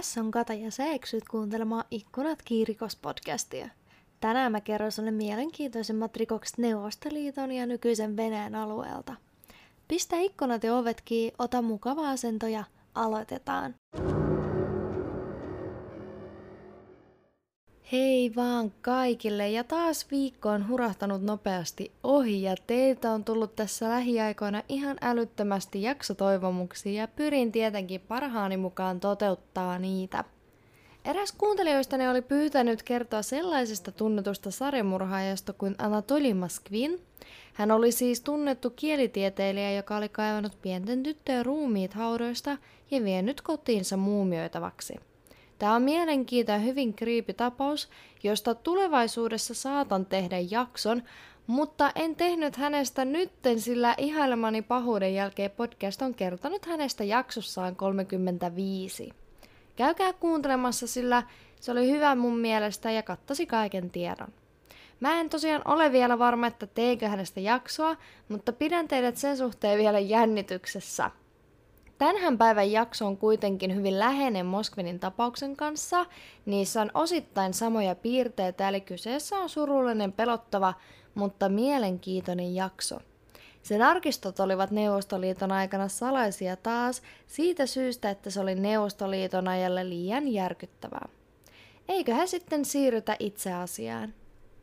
Tässä on Kata ja sä eksyt kuuntelemaan Ikkunat Kiirikos-podcastia. Tänään mä kerron sulle mielenkiintoisimmat rikokset Neuvostoliiton ja nykyisen Venäjän alueelta. Pistä ikkunat ja ovet kiinni, ota mukava asento ja aloitetaan. Hei vaan kaikille, ja taas viikko on hurahtanut nopeasti ohi ja teiltä on tullut tässä lähiaikoina ihan älyttömästi jaksotoivomuksia ja pyrin tietenkin parhaani mukaan toteuttaa niitä. Eräs kuuntelijoistani oli pyytänyt kertoa sellaisesta tunnetusta sarjamurhaajasta kuin Anatoli Moskvin. Hän oli siis tunnettu kielitieteilijä, joka oli kaivannut pienten tyttöjen ruumiit haudoista ja vienyt kotiinsa muumioitavaksi. Tämä on mielenkiintoinen hyvin creepy tapaus, josta tulevaisuudessa saatan tehdä jakson, mutta en tehnyt hänestä nytten, sillä ihailemani pahuuden jälkeen podcast on kertonut hänestä jaksossaan 35. Käykää kuuntelemassa, sillä se oli hyvä mun mielestä ja kattasi kaiken tiedon. Mä en tosiaan ole vielä varma, että teinkö hänestä jaksoa, mutta pidän teidät sen suhteen vielä jännityksessä. Tänhän päivän jakso on kuitenkin hyvin läheinen Moskvinin tapauksen kanssa. Niissä on osittain samoja piirteitä, eli kyseessä on surullinen, pelottava, mutta mielenkiintoinen jakso. Sen arkistot olivat Neuvostoliiton aikana salaisia taas siitä syystä, että se oli Neuvostoliiton ajalle liian järkyttävää. Eiköhän sitten siirrytä itse asiaan.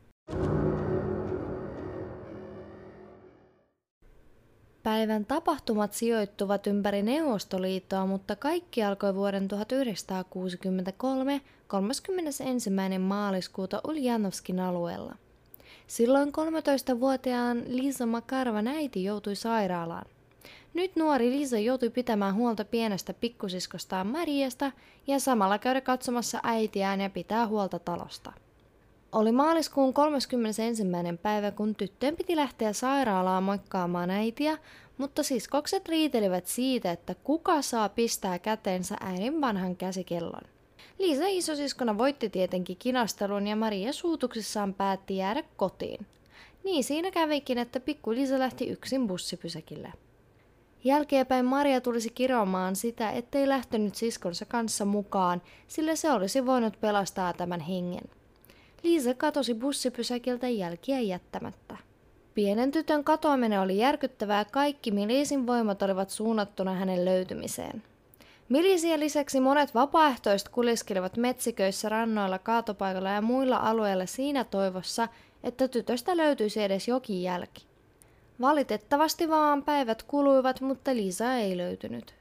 Päivän tapahtumat sijoittuvat ympäri Neuvostoliittoa, mutta kaikki alkoi vuoden 1963 31. maaliskuuta Uljanovskin alueella. Silloin 13-vuotiaan Liza Makarovan äiti joutui sairaalaan. Nyt nuori Liza joutui pitämään huolta pienestä pikkusiskostaan Mariasta ja samalla käydä katsomassa äitiään ja pitää huolta talosta. Oli maaliskuun 31. päivä, kun tyttöjen piti lähteä sairaalaan moikkaamaan äitiä, mutta siskokset riitelivät siitä, että kuka saa pistää käteensä äidin vanhan käsikellon. Liisa isosiskona voitti tietenkin kinastelun ja Maria suutuksissaan päätti jäädä kotiin. Niin siinä kävikin, että pikku Liisa lähti yksin bussipysäkille. Jälkeenpäin Maria tulisi kiroamaan sitä, ettei lähtenyt siskonsa kanssa mukaan, sillä se olisi voinut pelastaa tämän hengen. Liisa katosi bussipysäkiltä jälkiä jättämättä. Pienen tytön katoaminen oli järkyttävää ja kaikki miliisin voimat olivat suunnattuna hänen löytymiseen. Miliisien lisäksi monet vapaaehtoiset kuliskelivat metsiköissä, rannoilla, kaatopaikoilla ja muilla alueilla siinä toivossa, että tytöstä löytyisi edes jokin jälki. Valitettavasti vaan päivät kuluivat, mutta Liisa ei löytynyt.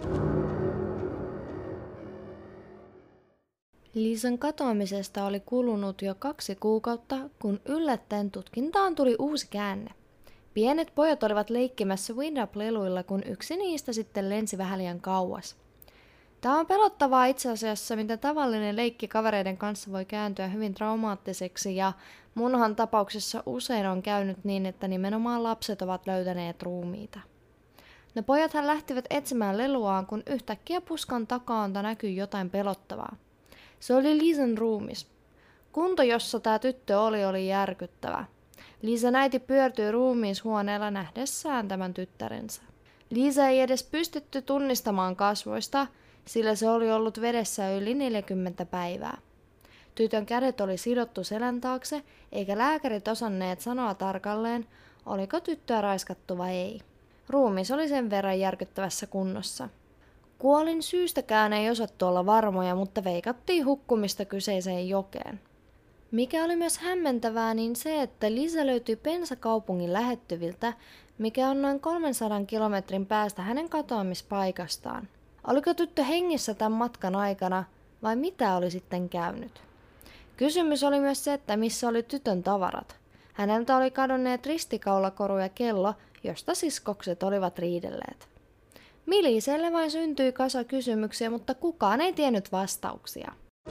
Liisan katoamisesta oli kulunut jo 2 kuukautta, kun yllättäen tutkintaan tuli uusi käänne. Pienet pojat olivat leikkimässä wind-up-leluilla, kun yksi niistä sitten lensi vähän liian kauas. Tämä on pelottavaa itse asiassa, mitä tavallinen leikki kavereiden kanssa voi kääntyä hyvin traumaattiseksi, ja munhan tapauksessa usein on käynyt niin, että nimenomaan lapset ovat löytäneet ruumiita. Ne pojathan lähtivät etsimään leluaan, kun yhtäkkiä puskan takaanta näkyi jotain pelottavaa. Se oli Liisan ruumis. Kunto, jossa tämä tyttö oli järkyttävä. Liisan äiti pyörtyi ruumiishuoneella nähdessään tämän tyttärensä. Liisa ei edes pystytty tunnistamaan kasvoista, sillä se oli ollut vedessä yli 40 päivää. Tytön kädet oli sidottu selän taakse, eikä lääkärit osanneet sanoa tarkalleen, oliko tyttöä raiskattu vai ei. Ruumis oli sen verran järkyttävässä kunnossa. Kuolin syystäkään ei osattu olla varmoja, mutta veikattiin hukkumista kyseiseen jokeen. Mikä oli myös hämmentävää, niin se, että Liisa löytyi Pensa-kaupungin lähettyviltä, mikä on noin 300 kilometrin päästä hänen katoamispaikastaan. Oliko tyttö hengissä tämän matkan aikana, vai mitä oli sitten käynyt? Kysymys oli myös se, että missä oli tytön tavarat. Häneltä oli kadonneet ristikaulakoru ja kello, josta siskokset olivat riidelleet. Miliiselle vain syntyi kasa kysymyksiä, mutta kukaan ei tiennyt vastauksia.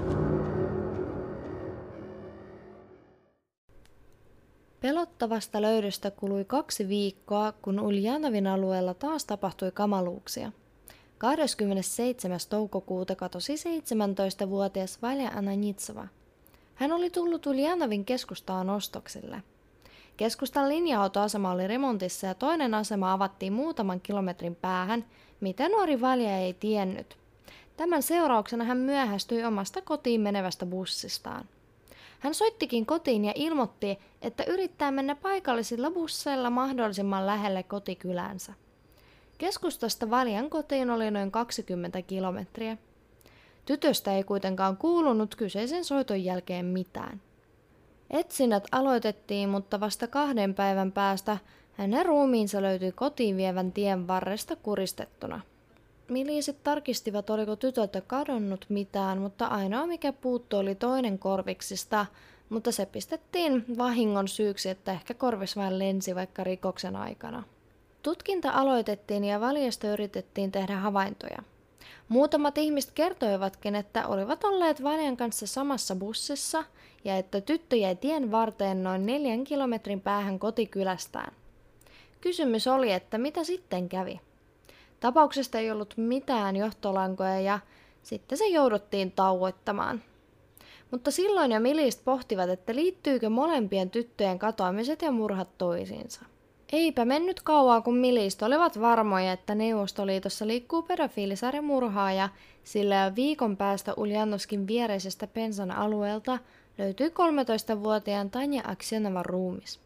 Pelottavasta löydöstä kului 2 viikkoa, kun Uljanovin alueella taas tapahtui kamaluuksia. 27. toukokuuta katosi 17-vuotias Valja Ananitsova. Hän oli tullut Uljanovin keskustaan ostoksille. Keskustan linja-autoasema oli remontissa ja toinen asema avattiin muutaman kilometrin päähän, mitä nuori Valja ei tiennyt. Tämän seurauksena hän myöhästyi omasta kotiin menevästä bussistaan. Hän soittikin kotiin ja ilmoitti, että yrittää mennä paikallisilla busseilla mahdollisimman lähelle kotikylänsä. Keskustasta Valjan kotiin oli noin 20 kilometriä. Tytöstä ei kuitenkaan kuulunut kyseisen soiton jälkeen mitään. Etsinnät aloitettiin, mutta vasta 2 päivän päästä hänen ruumiinsa löytyi kotiin vievän tien varresta kuristettuna. Miliisit tarkistivat, oliko tytöltä kadonnut mitään, mutta ainoa mikä puuttui oli toinen korviksista, mutta se pistettiin vahingon syyksi, että ehkä korvis vain lensi vaikka rikoksen aikana. Tutkinta aloitettiin ja Valjasta yritettiin tehdä havaintoja. Muutamat ihmiset kertoivatkin, että olivat olleet Valjan kanssa samassa bussissa ja että tyttö jäi tien varteen noin 4 kilometrin päähän kotikylästään. Kysymys oli, että mitä sitten kävi? Tapauksesta ei ollut mitään johtolankoja ja sitten se jouduttiin tauoittamaan. Mutta silloin jo miliisit pohtivat, että liittyykö molempien tyttöjen katoamiset ja murhat toisiinsa. Eipä mennyt kauaa, kun miliisit olivat varmoja, että Neuvostoliitossa liikkuu pedofiilisarjamurhaaja, sillä jo viikon päästä Uljanovskin viereisestä Pensan alueelta löytyi 13-vuotiaan Tanja Aksenovan ruumis.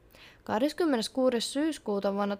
26. syyskuuta vuonna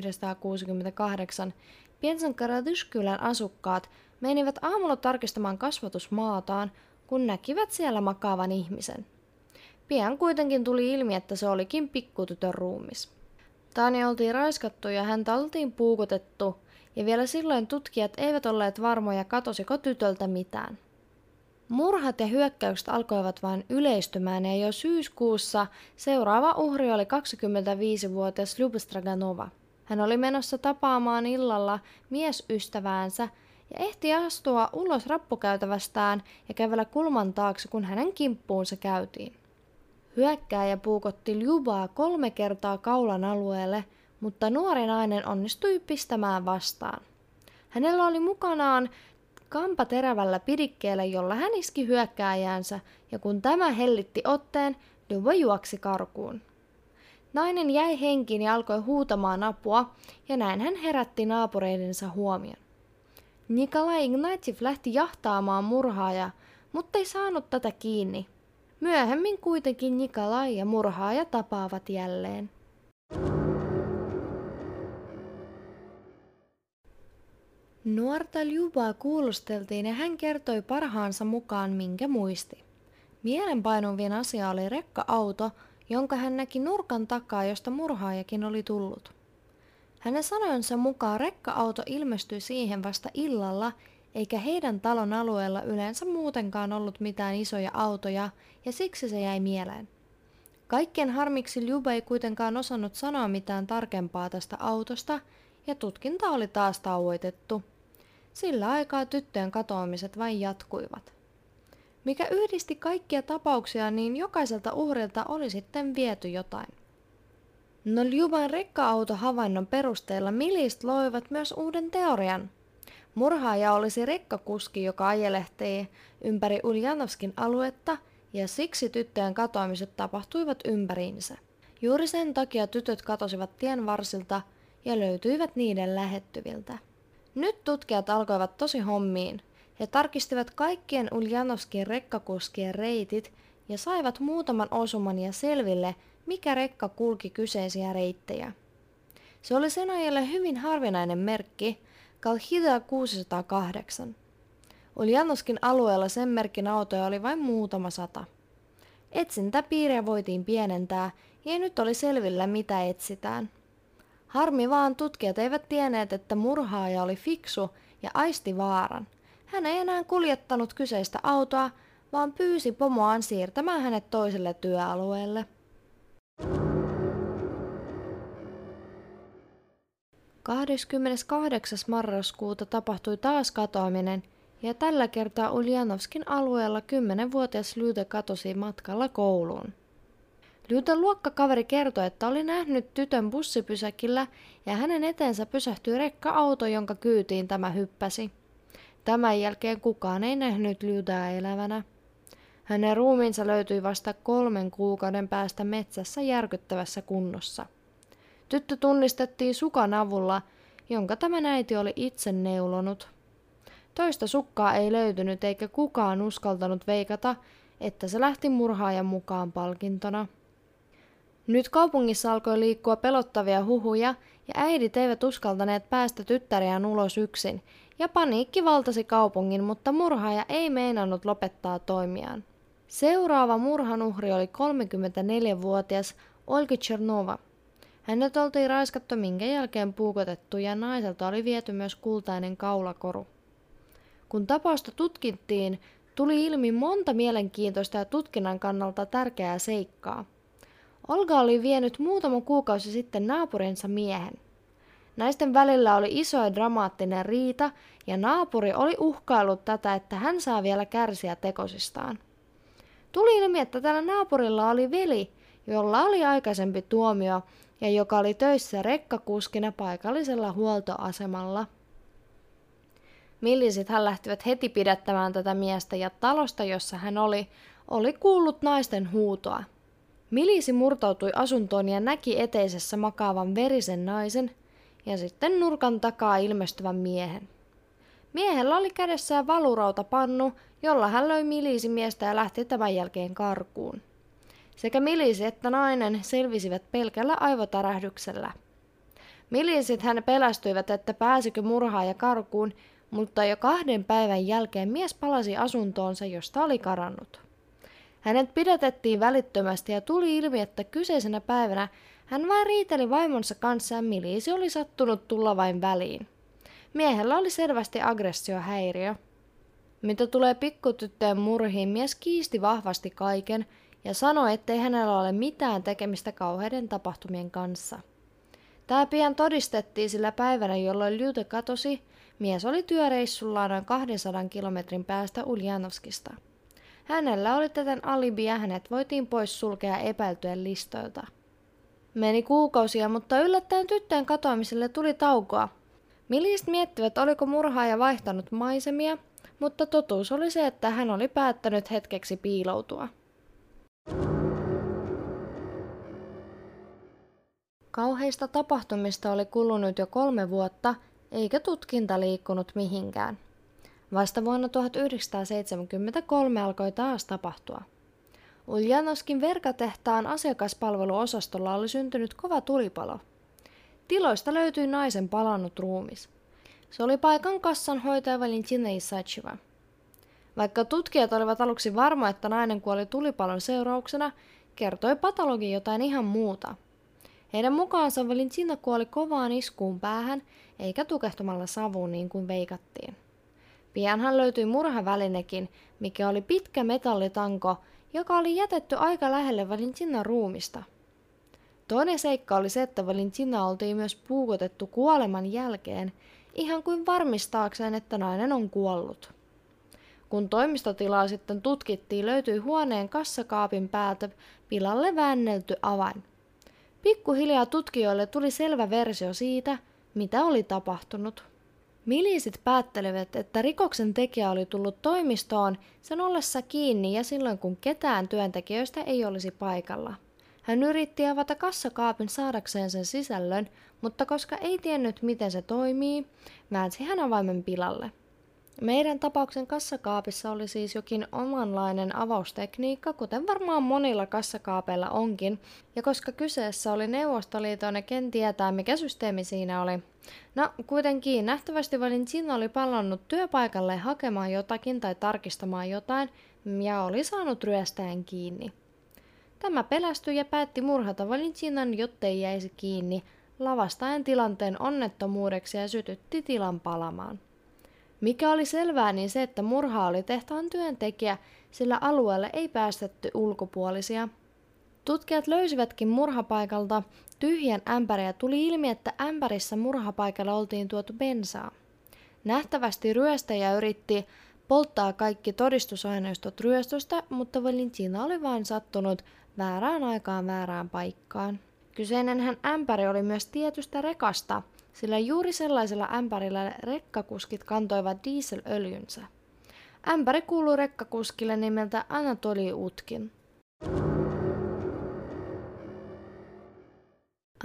1968 Pensan-Karadyskylän asukkaat menivät aamulla tarkistamaan kasvatusmaataan, kun näkivät siellä makaavan ihmisen. Pian kuitenkin tuli ilmi, että se olikin pikkutytön ruumis. Tanja oltiin raiskattu ja häntä oltiin puukotettu, ja vielä silloin tutkijat eivät olleet varmoja, katosiko tytöltä mitään. Murhat ja hyökkäykset alkoivat vain yleistymään ja jo syyskuussa seuraava uhri oli 25-vuotias Lyuba Straganova. Hän oli menossa tapaamaan illalla miesystäväänsä ja ehti astua ulos rappukäytävästään ja kävellä kulman taakse, kun hänen kimppuunsa käytiin. Hyökkääjä puukotti Lyubaa 3 kertaa kaulan alueelle, mutta nuori nainen onnistui pistämään vastaan. Hänellä oli mukanaan kampa terävällä pidikkeellä, jolla hän iski hyökkääjäänsä, ja kun tämä hellitti otteen, Lyuba juoksi karkuun. Nainen jäi henkiin ja alkoi huutamaan apua, ja näin hän herätti naapureidensa huomion. Nikolai Ignatiev lähti jahtaamaan murhaajaa, mutta ei saanut tätä kiinni. Myöhemmin kuitenkin Nikolai ja murhaaja tapaavat jälleen. Nuorta Lyubaa kuulusteltiin ja hän kertoi parhaansa mukaan minkä muisti. Mielenpainuvin asia oli rekka-auto, jonka hän näki nurkan takaa, josta murhaajakin oli tullut. Hänen sanojensa mukaan rekka-auto ilmestyi siihen vasta illalla, eikä heidän talon alueella yleensä muutenkaan ollut mitään isoja autoja, ja siksi se jäi mieleen. Kaikkien harmiksi Lyuba ei kuitenkaan osannut sanoa mitään tarkempaa tästä autosta, ja tutkinta oli taas tauoitettu. Sillä aikaa tyttöjen katoamiset vain jatkuivat. Mikä yhdisti kaikkia tapauksia, niin jokaiselta uhrilta oli sitten viety jotain. No Lyuban rekka-autohavainnon perusteella miliisit loivat myös uuden teorian. Murhaaja olisi rekkakuski, joka ajelehtii ympäri Uljanovskin aluetta, ja siksi tyttöjen katoamiset tapahtuivat ympäriinsä. Juuri sen takia tytöt katosivat tien varsilta ja löytyivät niiden lähettyviltä. Nyt tutkijat alkoivat tosi hommiin. He tarkistivat kaikkien Uljanovskin rekkakuskien reitit ja saivat muutaman osuman ja selville, mikä rekka kulki kyseisiä reittejä. Se oli sen ajalle hyvin harvinainen merkki, Kalhida 608. Uljanovskin alueella sen merkin autoja oli vain muutama 100. Etsintäpiiriä voitiin pienentää ja nyt oli selvillä mitä etsitään. Harmi vaan tutkijat eivät tienneet, että murhaaja oli fiksu ja aisti vaaran. Hän ei enää kuljettanut kyseistä autoa, vaan pyysi pomoaan siirtämään hänet toiselle työalueelle. – 28. marraskuuta tapahtui taas katoaminen, ja tällä kertaa Uljanovskin alueella 10-vuotias Lyuta katosi matkalla kouluun. Lyutan luokkakaveri kertoi, että oli nähnyt tytön bussipysäkillä ja hänen eteensä pysähtyi rekka-auto, jonka kyytiin tämä hyppäsi. Tämän jälkeen kukaan ei nähnyt Lyutaa elävänä. Hänen ruumiinsa löytyi vasta 3 kuukauden päästä metsässä järkyttävässä kunnossa. Tyttö tunnistettiin sukan avulla, jonka tämä äiti oli itse neulonut. Toista sukkaa ei löytynyt eikä kukaan uskaltanut veikata, että se lähti murhaajan mukaan palkintona. Nyt kaupungissa alkoi liikkua pelottavia huhuja ja äidit eivät uskaltaneet päästä tyttäriään ulos yksin ja paniikki valtasi kaupungin, mutta murhaaja ei meinannut lopettaa toimiaan. Seuraava murhan uhri oli 34-vuotias Olga Chernova. Hänet oltiin raiskattu, minkä jälkeen puukotettu ja naiselta oli viety myös kultainen kaulakoru. Kun tapausta tutkittiin, tuli ilmi monta mielenkiintoista ja tutkinnan kannalta tärkeää seikkaa. Olga oli vienyt muutama kuukausi sitten naapurinsa miehen. Naisten välillä oli iso ja dramaattinen riita ja naapuri oli uhkaillut tätä, että hän saa vielä kärsiä tekosistaan. Tuli ilmi, että tällä naapurilla oli veli, jolla oli aikaisempi tuomio ja joka oli töissä rekkakuskina paikallisella huoltoasemalla. Milisit hän lähtivät heti pidättämään tätä miestä ja talosta, jossa hän oli kuullut naisten huutoa. Milisi murtautui asuntoon ja näki eteisessä makaavan verisen naisen ja sitten nurkan takaa ilmestyvän miehen. Miehellä oli kädessään valurautapannu, jolla hän löi miliisimiestä ja lähti tämän jälkeen karkuun. Sekä milisi että nainen selvisivät pelkällä aivotärähdyksellä. Miliisit hän pelästyivät, että pääsikö murhaaja karkuun, mutta jo 2 päivän jälkeen mies palasi asuntoonsa, josta oli karannut. Hänet pidätettiin välittömästi ja tuli ilmi, että kyseisenä päivänä hän vain riiteli vaimonsa kanssa ja miliisi oli sattunut tulla vain väliin. Miehellä oli selvästi aggressiohäiriö. Mitä tulee pikkutyttöjen murhiin, mies kiisti vahvasti kaiken ja sanoi, ettei hänellä ole mitään tekemistä kauheiden tapahtumien kanssa. Tämä pian todistettiin, sillä päivänä, jolloin Lyute katosi, mies oli työreissullaan noin 200 kilometrin päästä Uljanovskista. Hänellä oli täten alibi ja hänet voitiin pois sulkea epäiltyjen listoilta. Meni kuukausia, mutta yllättäen tyttöjen katoamiselle tuli taukoa. Milisit miettivät, oliko murhaaja vaihtanut maisemia, mutta totuus oli se, että hän oli päättänyt hetkeksi piiloutua. Kauheista tapahtumista oli kulunut jo 3 vuotta, eikä tutkinta liikkunut mihinkään. Vasta vuonna 1973 alkoi taas tapahtua. Uljanovskin verkatehtaan asiakaspalveluosastolla oli syntynyt kova tulipalo. Tiloista löytyi naisen palannut ruumis. Se oli paikan kassanhoitaja Valentina Isacheva. Vaikka tutkijat olivat aluksi varmoja, että nainen kuoli tulipalon seurauksena, kertoi patologi jotain ihan muuta. Heidän mukaansa Valentina kuoli kovaan iskuun päähän, eikä tukehtumalla savuun niin kuin veikattiin. Pianhan löytyi murhavälinekin, mikä oli pitkä metallitanko, joka oli jätetty aika lähelle Valentinan ruumista. Toinen seikka oli se, että Valentina oltiin myös puukotettu kuoleman jälkeen, ihan kuin varmistaakseen, että nainen on kuollut. Kun toimistotilaa sitten tutkittiin, löytyi huoneen kassakaapin päältä pilalle väännelty avain. Pikkuhiljaa tutkijoille tuli selvä versio siitä, mitä oli tapahtunut. Milisit päättelivät, että rikoksen tekijä oli tullut toimistoon sen ollessa kiinni ja silloin kun ketään työntekijöistä ei olisi paikalla. Hän yritti avata kassakaapin saadakseen sen sisällön, mutta koska ei tiennyt miten se toimii, väänsi hän avaimen pilalle. Meidän tapauksen kassakaapissa oli siis jokin omanlainen avaustekniikka, kuten varmaan monilla kassakaapeilla onkin, ja koska kyseessä oli Neuvostoliiton ja ken tietää mikä systeemi siinä oli. No kuitenkin nähtävästi Valentina oli palannut työpaikalle hakemaan jotakin tai tarkistamaan jotain ja oli saanut ryöstäjän kiinni. Tämä pelästyi ja päätti murhata Valentinan, jottei jäisi kiinni, lavastaen tilanteen onnettomuudeksi ja sytytti tilan palamaan. Mikä oli selvää, niin se, että murha oli tehtaan työntekijä, sillä alueelle ei päästetty ulkopuolisia. Tutkijat löysivätkin murhapaikalta tyhjän ämpärin ja tuli ilmi, että ämpärissä murhapaikalla oltiin tuotu bensaa. Nähtävästi ryöstäjä yritti polttaa kaikki todistusaineistot ryöstöstä, mutta Valentina oli vain sattunut väärään aikaan väärään paikkaan. Kyseinenhän ämpäri oli myös tietystä rekasta, sillä juuri sellaisella ämpärillä rekkakuskit kantoivat dieselöljynsä. Ämpäri kuului rekkakuskille nimeltä Anatoli Utkin.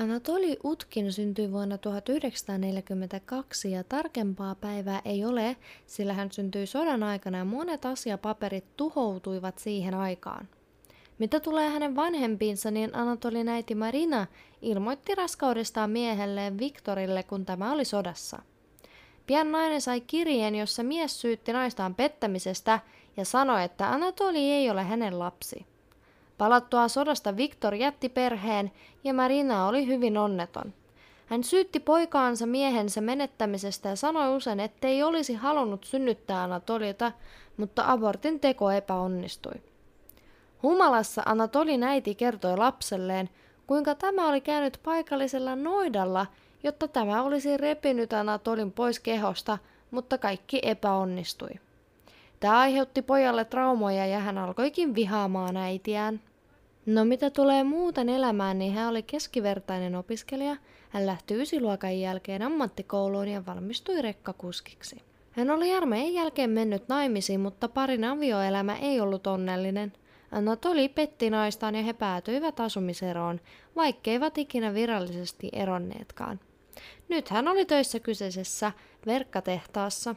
Anatoli Utkin syntyi vuonna 1942 ja tarkempaa päivää ei ole, sillä hän syntyi sodan aikana ja monet asiapaperit tuhoutuivat siihen aikaan. Mitä tulee hänen vanhempiinsa, niin Anatolin äiti Marina ilmoitti raskaudestaan miehelleen Viktorille, kun tämä oli sodassa. Pian nainen sai kirjeen, jossa mies syytti naistaan pettämisestä ja sanoi, että Anatoli ei ole hänen lapsi. Palattua sodasta Viktor jätti perheen ja Marina oli hyvin onneton. Hän syytti poikaansa miehensä menettämisestä ja sanoi usein, ettei olisi halunnut synnyttää Anatoliota, mutta abortin teko epäonnistui. Humalassa Anatolin äiti kertoi lapselleen, kuinka tämä oli käynyt paikallisella noidalla, jotta tämä olisi repinyt Anatolin pois kehosta, mutta kaikki epäonnistui. Tämä aiheutti pojalle traumoja ja hän alkoikin vihaamaan äitiään. No mitä tulee muuten elämään, niin hän oli keskivertainen opiskelija. Hän lähti ysiluokan jälkeen ammattikouluun ja valmistui rekkakuskiksi. Hän oli armeijan jälkeen mennyt naimisiin, mutta parin avioelämä ei ollut onnellinen. Anatoli petti naistaan ja he päätyivät asumiseroon, vaikkeivat ikinä virallisesti eronneetkaan. Nyt hän oli töissä kyseisessä verkkatehtaassa.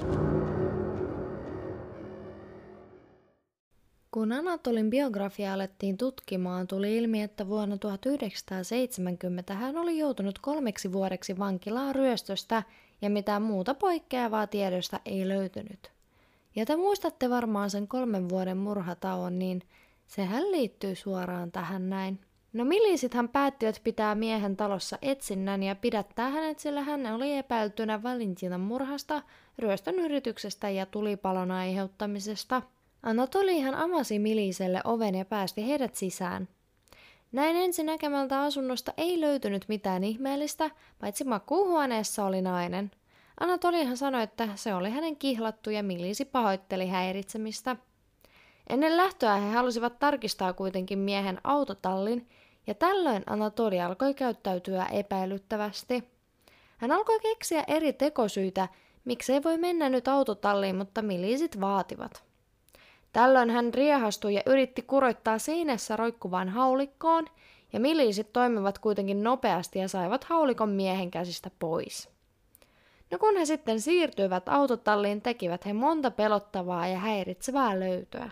Kun Anatolin biografiaa alettiin tutkimaan, tuli ilmi, että vuonna 1970 hän oli joutunut 3 vuodeksi vankilaan ryöstöstä ja mitään muuta poikkeavaa tiedosta ei löytynyt. Ja te muistatte varmaan sen 3 vuoden murhatauon, niin sehän liittyy suoraan tähän näin. No milisithän päättivät pitää miehen talossa etsinnän ja pidättää hänet, sillä hän oli epäiltynä Valentinan murhasta, ryöstön yrityksestä ja tulipalon aiheuttamisesta. Anatolihan avasi miliselle oven ja päästi heidät sisään. Näin ensinäkemältä asunnosta ei löytynyt mitään ihmeellistä, paitsi makuuhuoneessa oli nainen. Anatolihan sanoi, että se oli hänen kihlattu ja milisi pahoitteli häiritsemistä. Ennen lähtöä he halusivat tarkistaa kuitenkin miehen autotallin, ja tällöin Anatoli alkoi käyttäytyä epäilyttävästi. Hän alkoi keksiä eri tekosyitä, miksei voi mennä nyt autotalliin, mutta milisit vaativat. Tällöin hän riehastui ja yritti kuroittaa seinässä roikkuvaan haulikkoon, ja milisit toimivat kuitenkin nopeasti ja saivat haulikon miehen käsistä pois. No kun he sitten siirtyivät autotalliin, tekivät he monta pelottavaa ja häiritsevää löytöä.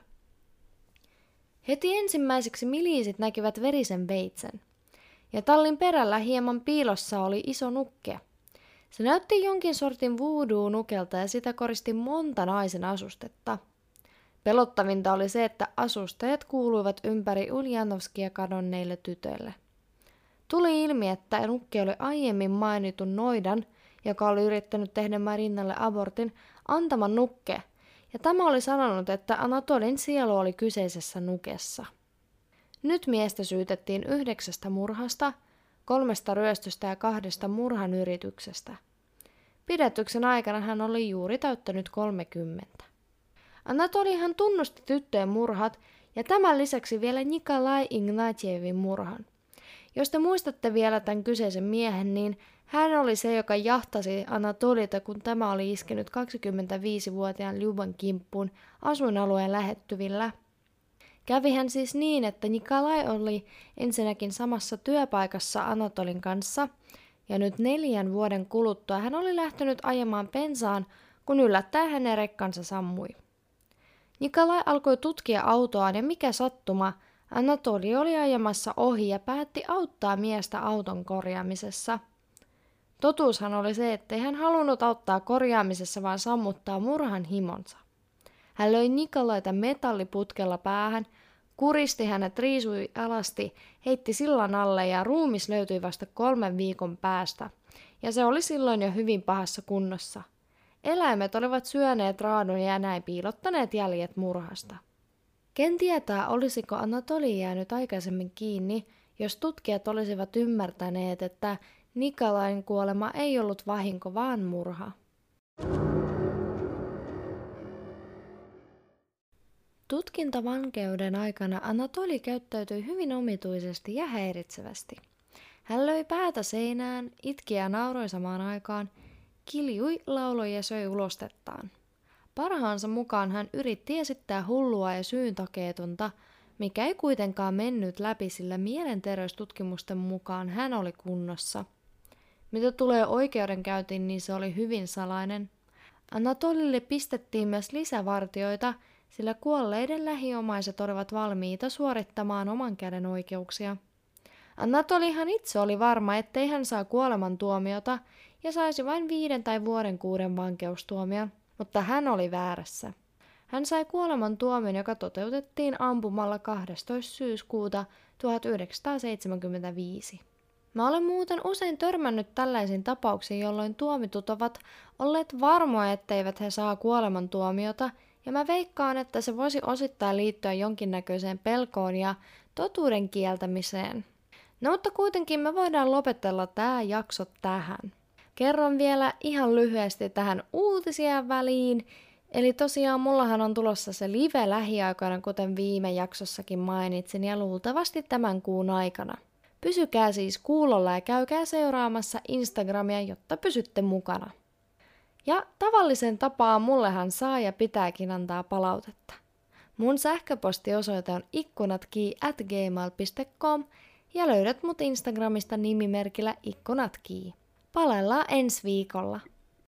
Heti ensimmäiseksi miliisit näkivät verisen veitsen, ja tallin perällä hieman piilossa oli iso nukke. Se näytti jonkin sortin voodoo-nukelta ja sitä koristi monta naisen asustetta. Pelottavinta oli se, että asustajat kuuluivat ympäri Uljanovskia kadonneille tytöille. Tuli ilmi, että nukke oli aiemmin mainitun noidan, joka oli yrittänyt tehdä Marinalle abortin, antama nukke, ja tämä oli sanonut, että Anatolin sielu oli kyseisessä nukessa. Nyt miestä syytettiin 9 murhasta, 3 ryöstöstä ja 2 murhan yrityksestä. Pidätyksen aikana hän oli juuri täyttänyt 30. Anatolihan tunnusti tyttöjen murhat ja tämän lisäksi vielä Nikolai Ignatjevin murhan. Jos te muistatte vielä tämän kyseisen miehen, niin hän oli se, joka jahtasi Anatolita, kun tämä oli iskenyt 25-vuotiaan Lyuban kimppuun asuinalueen lähettyvillä. Kävihän siis niin, että Nikolai oli ensinnäkin samassa työpaikassa Anatolin kanssa, ja nyt 4 vuoden kuluttua hän oli lähtenyt ajamaan bensaan, kun yllättäen hänen rekkansa sammui. Nikolai alkoi tutkia autoaan ja mikä sattuma, Anatoli oli ajamassa ohi ja päätti auttaa miestä auton korjaamisessa. Totuushan oli se, ettei hän halunnut auttaa korjaamisessa, vaan sammuttaa murhan himonsa. Hän löi Nikolaita metalliputkella päähän, kuristi hänet riisui alasti, heitti sillan alle ja ruumis löytyi vasta 3 viikon päästä, ja se oli silloin jo hyvin pahassa kunnossa. Eläimet olivat syöneet raadon ja näin piilottaneet jäljet murhasta. Ken tietää, olisiko Anatoli jäänyt aikaisemmin kiinni, jos tutkijat olisivat ymmärtäneet, että Nikolain kuolema ei ollut vahinko, vaan murha. Tutkintavankeuden aikana Anatoli käyttäytyi hyvin omituisesti ja häiritsevästi. Hän löi päätä seinään, itki ja nauroi samaan aikaan, kiljui, lauloi ja söi ulostettaan. Parhaansa mukaan hän yritti esittää hullua ja syyntakeetonta, mikä ei kuitenkaan mennyt läpi, sillä mielenterveystutkimusten mukaan hän oli kunnossa. Mitä tulee oikeudenkäyntiin, niin se oli hyvin salainen. Anatolille pistettiin myös lisävartioita, sillä kuolleiden lähiomaiset olivat valmiita suorittamaan oman käden oikeuksia. Anatolihan itse oli varma, ettei hän saa kuolemantuomiota ja saisi vain 5 tai vuoden 6 vankeustuomion, mutta hän oli väärässä. Hän sai kuolemantuomion, joka toteutettiin ampumalla 12. syyskuuta 1975. Mä olen muuten usein törmännyt tällaisiin tapauksiin, jolloin tuomitut ovat olleet varmoja, etteivät he saa kuolemantuomiota, ja mä veikkaan, että se voisi osittain liittyä jonkinnäköiseen pelkoon ja totuuden kieltämiseen. No mutta kuitenkin me voidaan lopetella tää jakso tähän. Kerron vielä ihan lyhyesti tähän uutisia väliin. Eli tosiaan mullahan on tulossa se live lähiaikoina, kuten viime jaksossakin mainitsin, ja luultavasti tämän kuun aikana. Pysykää siis kuulolla ja käykää seuraamassa Instagramia, jotta pysytte mukana. Ja tavallisen tapaan mullehan saa ja pitääkin antaa palautetta. Mun sähköpostiosoite on ikkunatki@gmail.com ja löydät mut Instagramista nimimerkillä ikkunatkii. Palellaan ensi viikolla.